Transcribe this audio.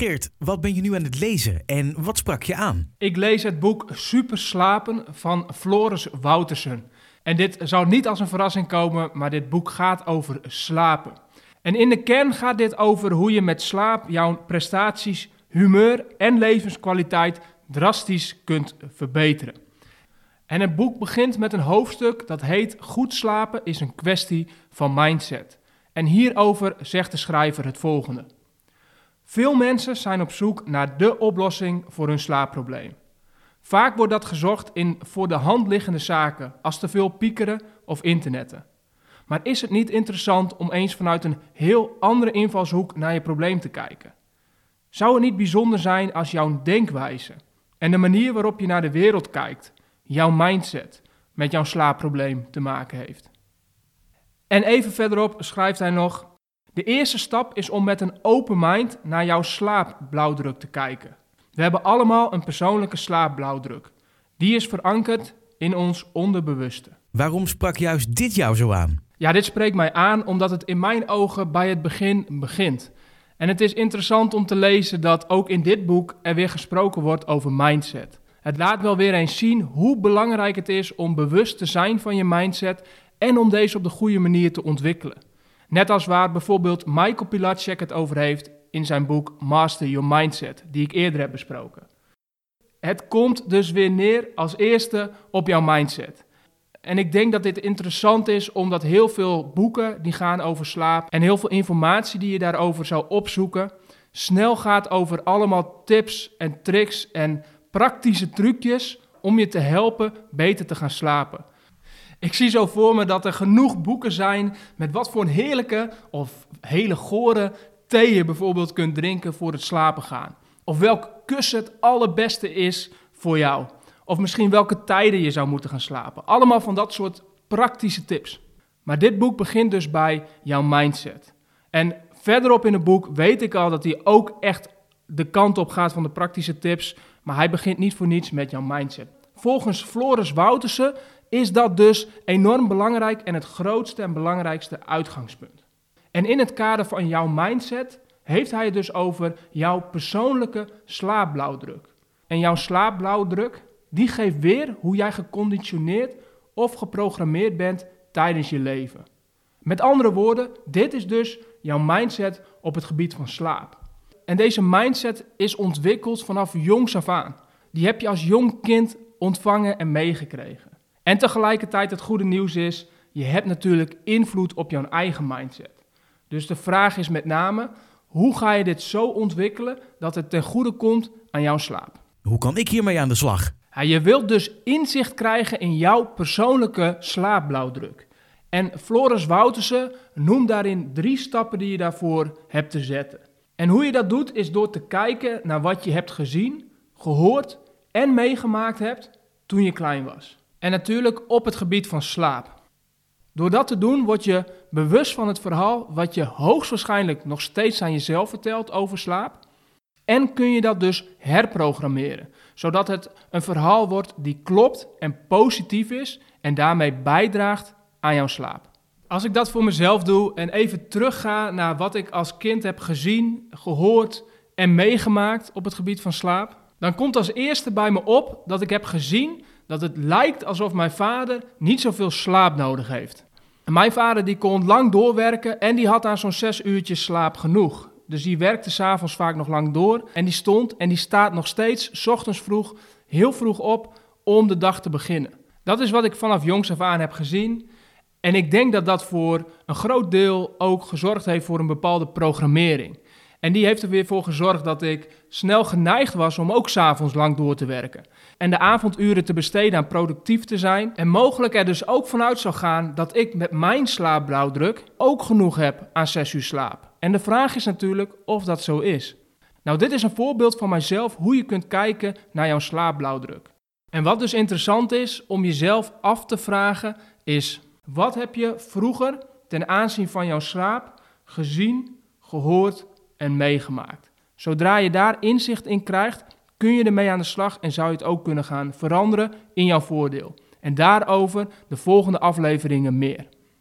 Geert, wat ben je nu aan het lezen en wat sprak je aan? Ik lees het boek Super Slapen van Floris Woutersen. En dit zou niet als een verrassing komen, maar dit boek gaat over slapen. En in de kern gaat dit over hoe je met slaap jouw prestaties, humeur en levenskwaliteit drastisch kunt verbeteren. En het boek begint met een hoofdstuk dat heet Goed slapen is een kwestie van mindset. En hierover zegt de schrijver het volgende. Veel mensen zijn op zoek naar de oplossing voor hun slaapprobleem. Vaak wordt dat gezocht in voor de hand liggende zaken als te veel piekeren of internetten. Maar is het niet interessant om eens vanuit een heel andere invalshoek naar je probleem te kijken? Zou het niet bijzonder zijn als jouw denkwijze en de manier waarop je naar de wereld kijkt, jouw mindset, met jouw slaapprobleem te maken heeft? En even verderop schrijft hij nog: de eerste stap is om met een open mind naar jouw slaapblauwdruk te kijken. We hebben allemaal een persoonlijke slaapblauwdruk. Die is verankerd in ons onderbewuste. Waarom sprak juist dit jou zo aan? Ja, dit spreekt mij aan omdat het in mijn ogen bij het begin begint. En het is interessant om te lezen dat ook in dit boek er weer gesproken wordt over mindset. Het laat wel weer eens zien hoe belangrijk het is om bewust te zijn van je mindset en om deze op de goede manier te ontwikkelen. Net als waar bijvoorbeeld Michael Pilacek het over heeft in zijn boek Master Your Mindset, die ik eerder heb besproken. Het komt dus weer neer als eerste op jouw mindset. En ik denk dat dit interessant is omdat heel veel boeken die gaan over slaap en heel veel informatie die je daarover zou opzoeken, snel gaat over allemaal tips en tricks en praktische trucjes om je te helpen beter te gaan slapen. Ik zie zo voor me dat er genoeg boeken zijn met wat voor een heerlijke of hele gore thee je bijvoorbeeld kunt drinken voor het slapen gaan. Of welk kussen het allerbeste is voor jou. Of misschien welke tijden je zou moeten gaan slapen. Allemaal van dat soort praktische tips. Maar dit boek begint dus bij jouw mindset. En verderop in het boek weet ik al dat hij ook echt de kant op gaat van de praktische tips. Maar hij begint niet voor niets met jouw mindset. Volgens Floris Woutersen is dat dus enorm belangrijk en het grootste en belangrijkste uitgangspunt. En in het kader van jouw mindset heeft hij het dus over jouw persoonlijke slaapblauwdruk. En jouw slaapblauwdruk, die geeft weer hoe jij geconditioneerd of geprogrammeerd bent tijdens je leven. Met andere woorden, dit is dus jouw mindset op het gebied van slaap. En deze mindset is ontwikkeld vanaf jongs af aan. Die heb je als jong kind ontvangen en meegekregen. En tegelijkertijd het goede nieuws is, je hebt natuurlijk invloed op jouw eigen mindset. Dus de vraag is met name, hoe ga je dit zo ontwikkelen dat het ten goede komt aan jouw slaap? Hoe kan ik hiermee aan de slag? Ja, je wilt dus inzicht krijgen in jouw persoonlijke slaapblauwdruk. En Floris Woutersen noemt daarin 3 stappen die je daarvoor hebt te zetten. En hoe je dat doet is door te kijken naar wat je hebt gezien, gehoord en meegemaakt hebt toen je klein was. En natuurlijk op het gebied van slaap. Door dat te doen word je bewust van het verhaal wat je hoogstwaarschijnlijk nog steeds aan jezelf vertelt over slaap. En kun je dat dus herprogrammeren, zodat het een verhaal wordt die klopt en positief is en daarmee bijdraagt aan jouw slaap. Als ik dat voor mezelf doe en even terugga naar wat ik als kind heb gezien, gehoord en meegemaakt op het gebied van slaap, dan komt als eerste bij me op dat ik heb gezien dat het lijkt alsof mijn vader niet zoveel slaap nodig heeft. En mijn vader die kon lang doorwerken en die had aan zo'n 6 uurtjes slaap genoeg. Dus die werkte 's avonds vaak nog lang door en die stond en die staat nog steeds 's ochtends vroeg, heel vroeg op om de dag te beginnen. Dat is wat ik vanaf jongs af aan heb gezien. En ik denk dat dat voor een groot deel ook gezorgd heeft voor een bepaalde programmering. En die heeft er weer voor gezorgd dat ik snel geneigd was om ook 's avonds lang door te werken. En de avonduren te besteden aan productief te zijn. En mogelijk er dus ook vanuit zou gaan dat ik met mijn slaapblauwdruk ook genoeg heb aan 6 uur slaap. En de vraag is natuurlijk of dat zo is. Nou, dit is een voorbeeld van mijzelf hoe je kunt kijken naar jouw slaapblauwdruk. En wat dus interessant is om jezelf af te vragen is: wat heb je vroeger ten aanzien van jouw slaap gezien, gehoord en meegemaakt? Zodra je daar inzicht in krijgt, kun je ermee aan de slag en zou je het ook kunnen gaan veranderen in jouw voordeel. En daarover de volgende afleveringen meer.